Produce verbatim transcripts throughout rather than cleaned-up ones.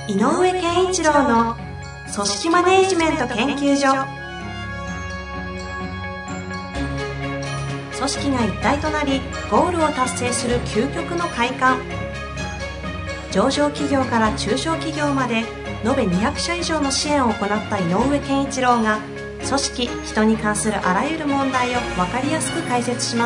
井上健一郎の組織マネジメント研究所。組織が一体となりゴールを達成する究極の快感。上場企業から中小企業まで延べにひゃくしゃ以上の支援を行った井上健一郎が、組織・人に関するあらゆる問題を分かりやすく解説します。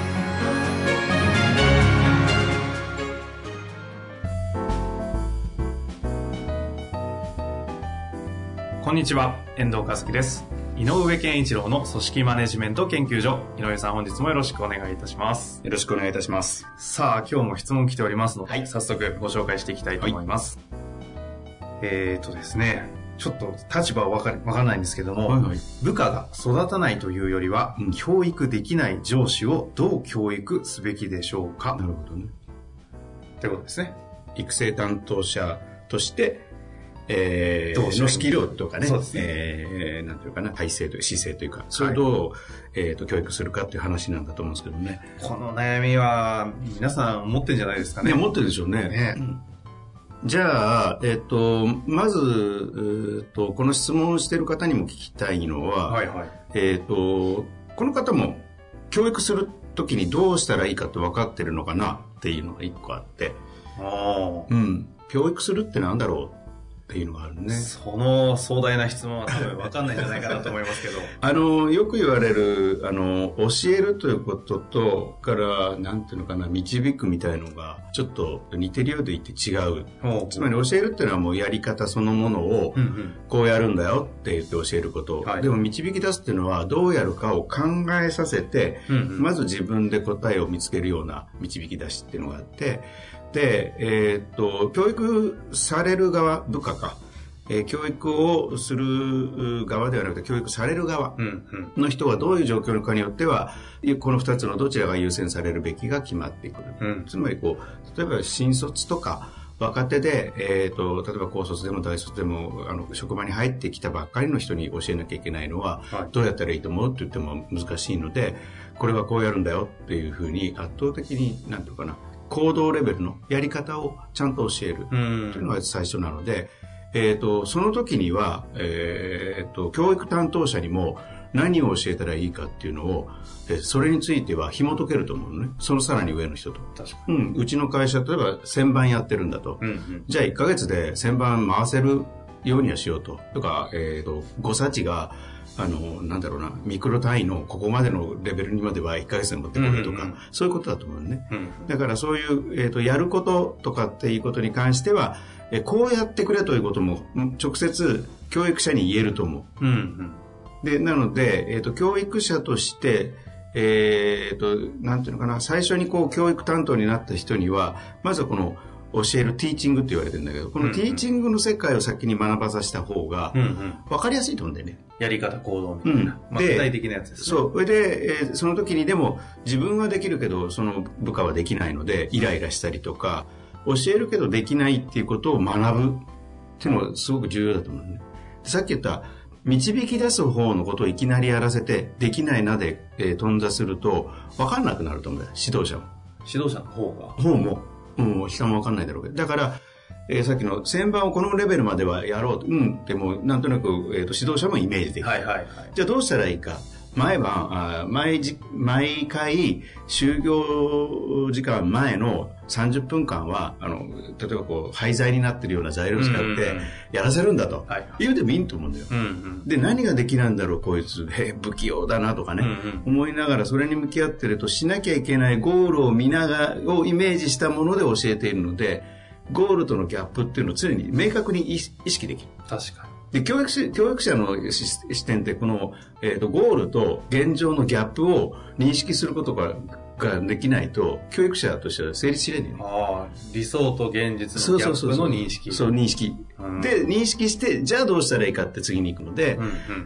こんにちは、遠藤和樹です。井上健一郎の組織マネジメント研究所。井上さん、本日もよろしくお願いいたします。 よろしくお願いいたします。 さあ、今日も質問来ておりますので、はい、早速ご紹介していきたいと思います。はい、えーとですね、ちょっと立場はわかり、わからないんですけども、はいはい、部下が育たないというよりは、うん、教育できない上司をどう教育すべきでしょうか。 なるほどね。 ということですね。 育成担当者として、えー、のスキルとかね、そうですね、えー、なんていうかな、体制という姿勢というか、それをどう、はい、えーと、教育するかっていう話なんだと思うんですけどね。 この悩みは皆さん持ってるんじゃないですかね。 ね、持ってるでしょうね。ね、うん、じゃあ、えっ、ー、と、まず、えーと、この質問をしている方にも聞きたいのは、はいはい、えっ、ー、と、この方も教育するときにどうしたらいいかって分かってるのかなっていうのが一個あって、あ、うん、教育するってなんだろうっていうのがあるね。 その壮大な質問は多分分かんないんじゃないかなと思いますけど。 あの、よく言われる、あの、教えるということと、から、なんていうのかな、導くみたいのが、ちょっと似てるようでいて違う。つまり教えるっていうのはもうやり方そのものを、こうやるんだよって言って教えること。うんうん、でも導き出すっていうのは、どうやるかを考えさせて、うんうん、まず自分で答えを見つけるような導き出しっていうのがあって、で、えー、っと、教育される側、部下か、えー、教育をする側ではなくて、教育される側の人はどういう状況のかによっては、この二つのどちらが優先されるべきが決まってくる。うん、つまり、こう、例えば新卒とか、若手で、えー、っと、例えば高卒でも大卒でも、あの、職場に入ってきたばっかりの人に教えなきゃいけないのは、はい、どうやったらいいと思うって言っても難しいので、これはこうやるんだよっていうふうに、圧倒的に、なんていうかな、行動レベルのやり方をちゃんと教えるというのが最初なので、えーと、その時には、えーと、教育担当者にも何を教えたらいいかっていうのを、えそれについては紐解けると思うのね。そのさらに上の人と。確かに。うん。うちの会社、例えばせんばんやってるんだと。うんうん、じゃあいっかげつでせんばん回せるようにはしようと。とか、えーと、誤差値が、あの、なんだろうな、ミクロ単位のここまでのレベルにまではいっかげつで持ってくるとか、うんうんうん、そういうことだと思うね。うんうん、だからそういう、えっと、やることとかっていうことに関しては、えこうやってくれということも直接教育者に言えると思う。うんうん、で、なので、えっと、教育者として、えっと、なんていうのかな、最初にこう教育担当になった人には、まずはこの、教えるティーチングって言われてるんだけど、このティーチングの世界を先に学ばさせた方が分かりやすいと思うんだよね。 やり方行動みたいな、うん、まあ、具体的なやつですね。 そう。それで、えー、その時にでも自分はできるけどその部下はできないのでイライラしたりとか、教えるけどできないっていうことを学ぶっていうのはすごく重要だと思うね。さっき言った導き出す方のことをいきなりやらせてできないなで、えー、頓挫すると分かんなくなると思うんだよ、指導者も。 指導者の方が方ももう人も分かんないだろうけど、だから、えー、さっきの旋盤をこのレベルまではやろうと、うんでもなんとなく、えー、と指導者もイメージできる、はいはいはい、じゃあどうしたらいいか。毎晩あ毎じ毎回就業時間前のさんじゅっぷんかんはあの例えばこう廃材になってるような材料を使ってやらせるんだと、うんうん、言うでもいいと思うんだよ、うんうん、で何ができないんだろうこいつ、へ不器用だなとかね、うんうん、思いながらそれに向き合ってるとしなきゃいけないゴールを見ながらをイメージしたもので教えているので、ゴールとのギャップっていうのを常に明確に意識できる。 確かに。 で教育し、教育者の視点ってこの、えーと、ゴールと現状のギャップを認識することが、ができないと教育者としては成立しないんだよね。 ああ、理想と現実のギャップの認識。 そう、認識、うん。で、認識して、じゃあどうしたらいいかって次に行くので、うんうん、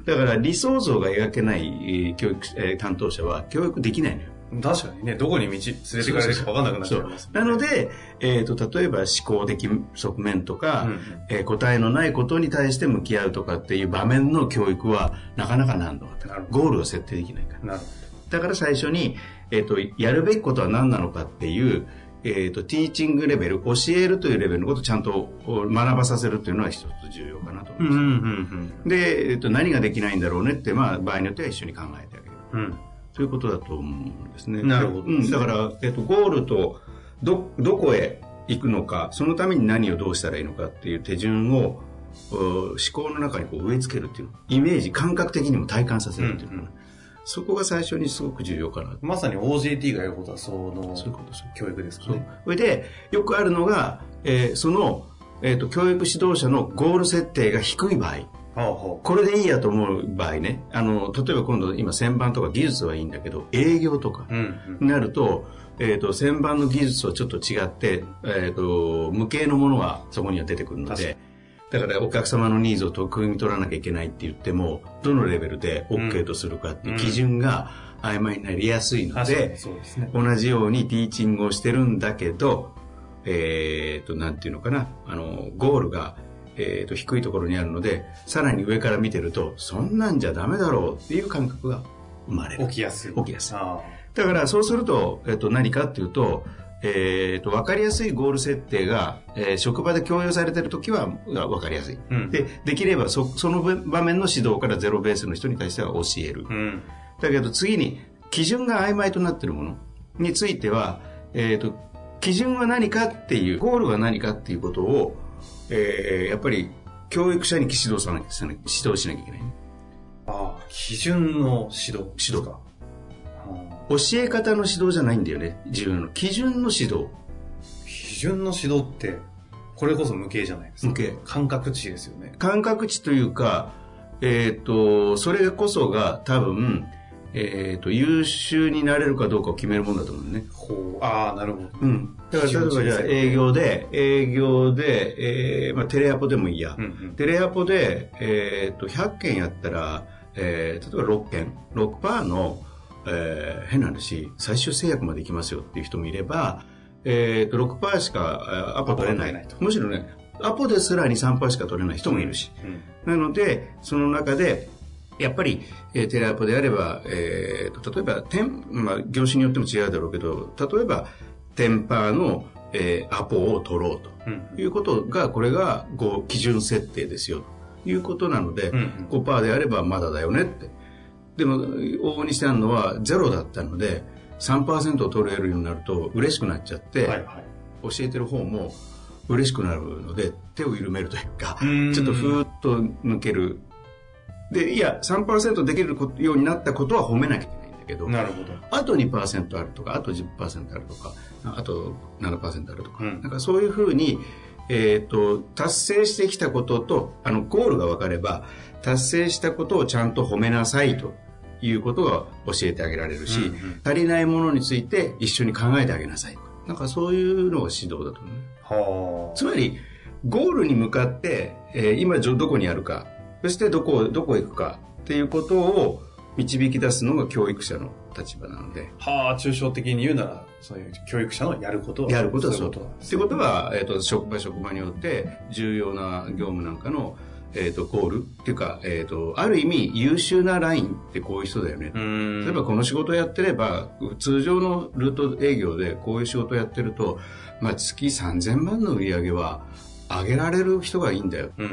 だから理想像が描けない、えー、教育、えー、担当者は教育できないのよ。 確かにね、どこに道連れてかれるか分かんなくなっちゃいます、ね、 なので、えーと、例えば思考的側面とか、うんうん、えー、答えのないことに対して向き合うとかっていう場面の教育はなかなか難度が高い。ゴールを設定できないから。なるほど。だから最初に、えーと、やるべきことは何なのかっていう、 えーと、ティーチングレベル、教えるというレベルのことをちゃんと学ばさせるというのは一つ重要かなと思います。うんうんうん、で、えーと、何ができないんだろうねって、まあ、場合によっては一緒に考えてあげる。うん、ということだと思うんですね。 なるほど、ね。 うん、だから、えーと、ゴールとど、どこへ行くのか、そのために何をどうしたらいいのかっていう手順を思考の中にこう植え付けるっていうの、イメージ、感覚的にも体感させるっていうの、うんうん、そこが最初にすごく重要かな。 まさに オージェーティー がやることはそのそういうことです教育ですかね。 それでよくあるのが、えー、その、えーと、教育指導者のゴール設定が低い場合、これでいいやと思う場合ね、あの例えば今度今旋盤とか技術はいいんだけど営業とかになると、うんうん、えーと、旋盤の技術とちょっと違って、えーと、無形のものがそこには出てくるので、だからお客様のニーズを汲み取らなきゃいけないって言ってもどのレベルで OK とするかっていう基準が曖昧になりやすいので、 そうですね、 同じようにティーチングをしてるんだけど、えーと、なんていうのかな、あのゴールがえー、と低いところにあるので、さらに上から見てるとそんなんじゃダメだろうっていう感覚が生まれる。 起きやすい。 起きやすい。だからそうすると、えー、と何かっていうと、えー、と分かりやすいゴール設定が、えー、職場で共有されてるときは分かりやすい、うん、で, できれば そ, その場面の指導からゼロベースの人に対しては教える、うん、だけど次に基準が曖昧となっているものについては、えー、と基準は何かっていうゴールは何かっていうことをえー、やっぱり教育者に指導さなきゃ指導しなきゃいけない、ね、 ああ、基準の指導指導か、教え方の指導じゃないんだよね。自分の基準の指導。 基準の指導ってこれこそ無形じゃないですか。 無形。 感覚値ですよね。 感覚値というか、えっとそれこそが多分えー、と優秀になれるかどうかを決めるものだと思うね。 ほう、ああ、なるほど。 うん。だから例えばじゃあ営業で営業で、えーまあ、テレアポでもいいや、うんうん、テレアポで、えー、とひゃっけんやったら、えー、例えばろっけん ろくパーセント の、えー、変な話最終制約までいきますよっていう人もいれば、えー、と ろくパーセント しかアポ取れない、むしろねアポですら にさんパーセント しか取れない人もいるし、うんうん、なのでその中でやっぱり、えー、テレアポであれば、えー、と例えば店、まあ、業種によっても違うだろうけど、例えば店舗の、えー、アポを取ろうということが、これがこう基準設定ですよということなので、うんうん、ごパーセント であればまだだよねって。でも往々にしてあるのはゼロだったので さんパーセント を取れるようになると嬉しくなっちゃって、はいはい、教えてる方も嬉しくなるので手を緩めるというか、ちょっとふーっと抜ける。でいや さんパーセント できるようになったことは褒めなきゃいけないんだけど、 なるほど、 あと にパーセント あるとかあと じゅっパーセント あるとかあと ななパーセント あるとか、うん、なんかそういうふうに、えー、と達成してきたこととあのゴールが分かれば達成したことをちゃんと褒めなさいということが教えてあげられるし、うんうん、足りないものについて一緒に考えてあげなさい、なんかそういうのが指導だと思う、はあ、つまりゴールに向かって、えー、今どこにあるか、そしてどこどこへ行くかっていうことを導き出すのが教育者の立場なので、 はあ、抽象的に言うならそういう教育者のやることはやることはそういうことなんです、ね、ってことは、えーと、職場職場によって重要な業務なんかの、えーと、ゴールっていうか、えーと、ある意味優秀なラインってこういう人だよね。例えばこの仕事をやってれば通常のルート営業でこういう仕事をやってると、まあ、月さんぜんまんの売り上げは上げられる人がいいんだよ、うんうん、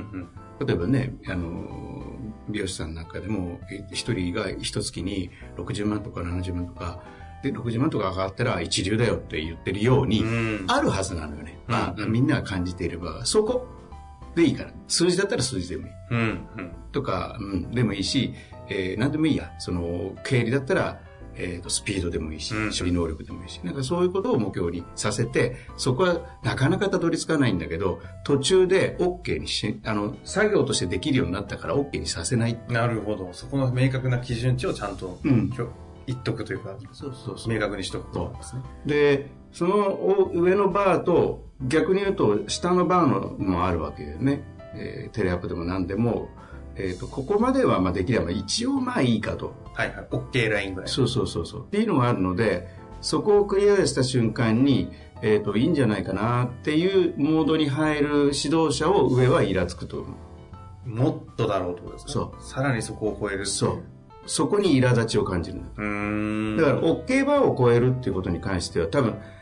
例えばね、あの美容師さんなんかでも一人が一月にろくじゅうまんとかななじゅうまんとかでろくじゅうまんとか上がったら一流だよって言ってるようにあるはずなのよね、うん、まあ、みんなが感じていればそこでいいから、数字だったら数字でもいい、うんうん、とか、うん、でもいいし、えー、何でもいいや、その経理だったらえー、とスピードでもいいし、うん、処理能力でもいいし、なんかそういうことを目標にさせて、そこはなかなかたどり着かないんだけど、途中で OK にし、あの作業としてできるようになったから OK にさせない。 なるほど、そこの明確な基準値をちゃんと、うん、言っとくというか、 そうそうそう、 明確にしとくことなんですね。 で、その上のバーと逆に言うと下のバーのもあるわけだよね、えー、テレアップでも何でも。えー、とここまではまあできれば一応まあいいかと、 はいはい、OK ラインぐらい、 そうそうそうそうっていうのがあるので、そこをクリアした瞬間に、えー、といいんじゃないかなっていうモードに入る指導者を上はイラつくと思う。もっとだろうってことですか。 そう、 さらにそこを超えるっていう、 そう、そこに苛立ちを感じるんだ。うーん、だから OK バーを超えるっていうことに関しては多分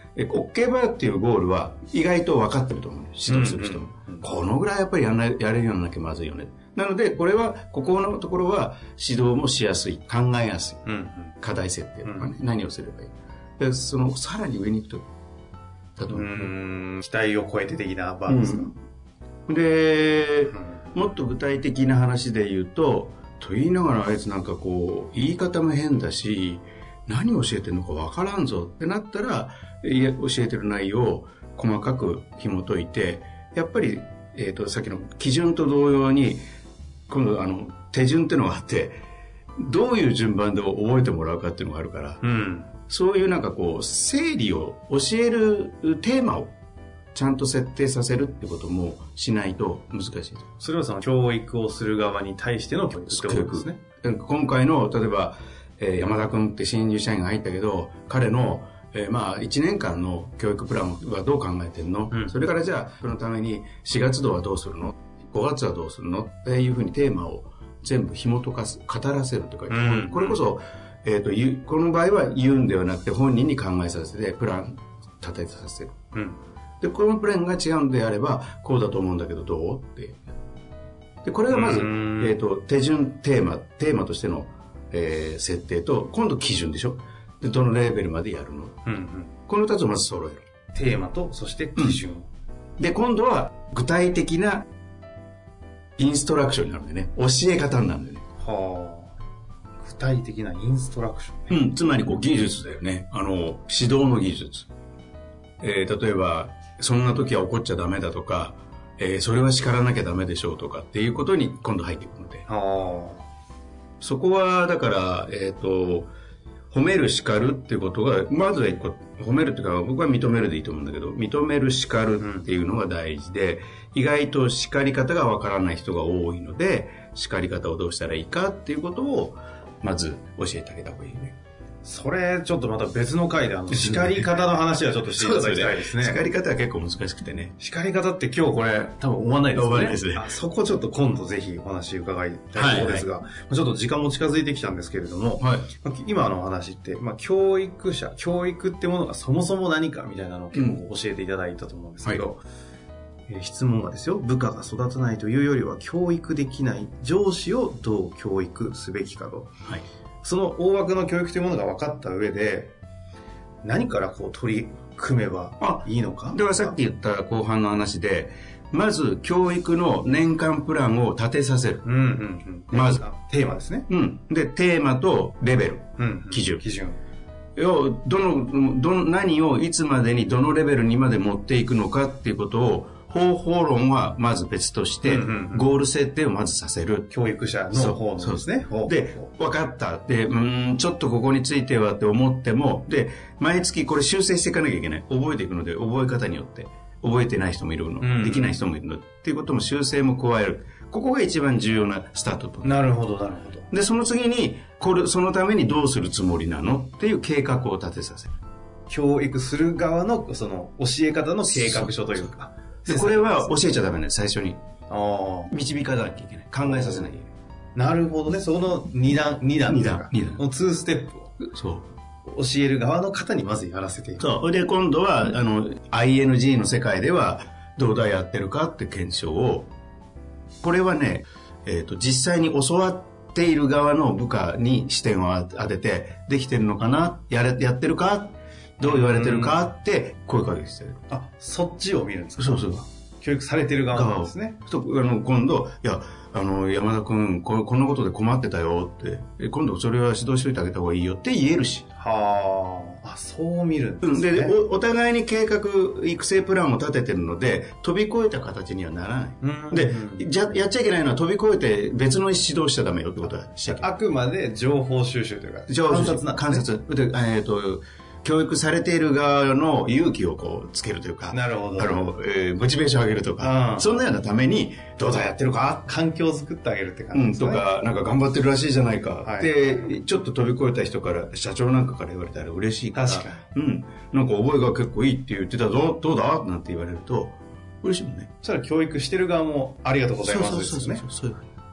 え OK バーっていうゴールは意外と分かってると思う。指導する人も、うんうんうん、このぐらいやっぱりやんないやれるようになきゃまずいよね。なのでこれはここのところは指導もしやすい、考えやすい、うんうん、課題設定とかね、うん、何をすればいい。でそのさらに上に行くとだと思う。うーん、期待を超えて的なバーですか、 うん、で、うん、もっと具体的な話で言うとと言いながらあいつなんかこう言い方も変だし何を教えてるのか分からんぞってなったらいや教えてる内容を細かく紐解いてやっぱり、えーと、さっきの基準と同様に今度あの手順っていうのがあってどういう順番で覚えてもらうかっていうのがあるから、うん、そういうなんかこう整理を教えるテーマをちゃんと設定させるってこともしないと難しい。 それはその教育をする側に対しての教育ってことですね。 今回の例えば、えー、山田君って新入社員が入ったけど彼の、えー、まあいちねんかんの教育プランはどう考えてるの、うん、それからじゃあそのためにしがつ度はどうするのごがつはどうするのっていうふうにテーマを全部紐解かす語らせるとか、うん、これこそ、えー、とこの場合は言うんではなくて本人に考えさせてプラン立てさせる、うん、でこのプランが違うんであればこうだと思うんだけどどうってでこれがまず、えー、と手順テーマテーマとしての、えー、設定と今度基準でしょでどのレベルまでやるの、うんうん、このふたつをまず揃えるテーマとそして基準、 うん、で今度は具体的なインストラクションになるんでね教え方になるんでねはあ具体的なインストラクション、ね、うんつまりこう技術だよねあの指導の技術、えー、例えばそんな時は怒っちゃダメだとか、えー、それは叱らなきゃダメでしょうとかっていうことに今度入っていくのではあそこはだからえっ、ー、と褒める叱るっていうことがまずは一個褒めるっていうか僕は認めるでいいと思うんだけど認める叱るっていうのが大事で、うん、意外と叱り方がわからない人が多いので叱り方をどうしたらいいかっていうことをまず教えてあげた方がいいね。 それちょっとまた別の回であの叱り方の話はちょっとしていただきたいですね。 叱り方は結構難しくてね。 叱り方って今日これ多分終わんないですね。 終わんないですね。 あそこちょっと今度ぜひお話伺いたいところですが、はいはい、ちょっと時間も近づいてきたんですけれども、はい、今のお話って、まあ、教育者教育ってものがそもそも何かみたいなのを結構教えていただいたと思うんですけど、うんはいえー、質問がですよ部下が育たないというよりは教育できない上司をどう教育すべきかと。はいその大枠の教育というものが分かった上で何からこう取り組めばいいのか。 ではさっき言った後半の話でまず教育の年間プランを立てさせる、うんうんうん、まずテーマですね、 うん、でテーマとレベル、うんうん、基準基準をどのど何をいつまでにどのレベルにまで持っていくのかっていうことを方法論はまず別として、うんうんうん、ゴール設定をまずさせる。 教育者の方のですね。 で、分かった。で、うーん、ちょっとここについてはって思っても、で、毎月これ修正していかなきゃいけない。覚えていくので、覚え方によって、覚えてない人もいるの、うん、できない人もいるの、っていうことも修正も加える。ここが一番重要なスタートと。 なるほど、なるほど。 で、その次に、これ、そのためにどうするつもりなのっていう計画を立てさせる。 教育する側の、その、教え方の計画書というか。 でこれは教えちゃダメね最初にあ導かなきゃいけない考えさせなきゃいけない。なるほどね。その二段二段二段二段のツーステップをそう教える側の方にまずやらせていく。 そうで今度はあの アイエヌジー の世界ではどうだやってるかって検証をこれはね、えーと、実際に教わっている側の部下に視点を当ててできてるのかな や, れやってるかどう言われてるかって声かけしてる。 あ、そっちを見るんですか。 そうそう。 教育されてる側なんですね。 とあの今度いやあの山田君ここんなことで困ってたよって今度それは指導しといてあげた方がいいよって言えるし。 はあ。あ、そう見るんですね。 で お, お互いに計画育成プランを立ててるので飛び越えた形にはならない。うんでじゃやっちゃいけないのは飛び越えて別の指導しちゃダメよってことはしちゃいけない。 あくまで情報収集というか観察なんですね。観察でえっ、ー、と教育されている側の勇気をこうつけるというか、 なるほど。 あの、えー、モチベーションを上げるとか、うん、そんなようなために、どうだやってるか環境を作ってあげるって感じですね。 うん、とか、なんか頑張ってるらしいじゃないか。はい、で、ちょっと飛び越えた人から、社長なんかから言われたら嬉しいから、 確かに。うん。なんか覚えが結構いいって言ってたぞ、どうだなんて言われると、嬉しいもんね。 そしたら教育してる側もありがとうございますですね。 そうそうそうそう。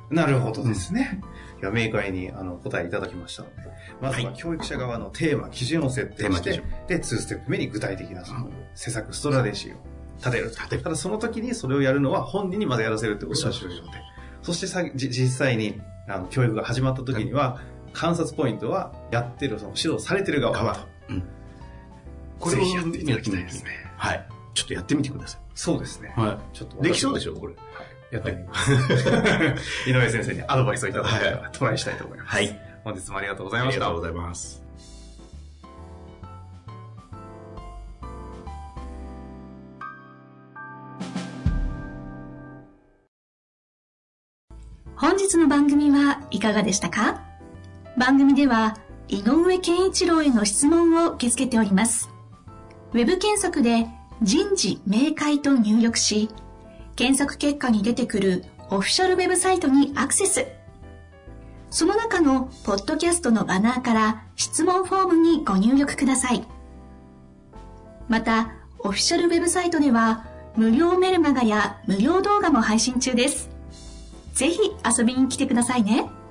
なるほどですね。うん、いや明快にあの答えいただきましたので、まずは教育者側のテーマ、基準を設定して、で、にステップ目に具体的なその施策、ストラテジーを立てる。立てる。ただその時にそれをやるのは本人にまでやらせるってことが重要で、そしてさ実際にあの教育が始まった時には、観察ポイントはやってる、その指導されてる側だと。うん、これをぜひやっていただきたいですね。はい。ちょっとやってみてください。そうですね。はい。ちょっとできそうでしょ、これ。はい、やってみます。井上先生にアドバイスをいただいて、はい、トライしたいと思います。はい。本日もありがとうございました。ありがとうございます。 本日の番組はいかがでしたか？番組では井上健一郎への質問を受け付けております。ウェブ検索で人事明快と入力し、検索結果に出てくるオフィシャルウェブサイトにアクセス。その中のポッドキャストのバナーから質問フォームにご入力ください。また、オフィシャルウェブサイトでは無料メルマガや無料動画も配信中です。ぜひ遊びに来てくださいね。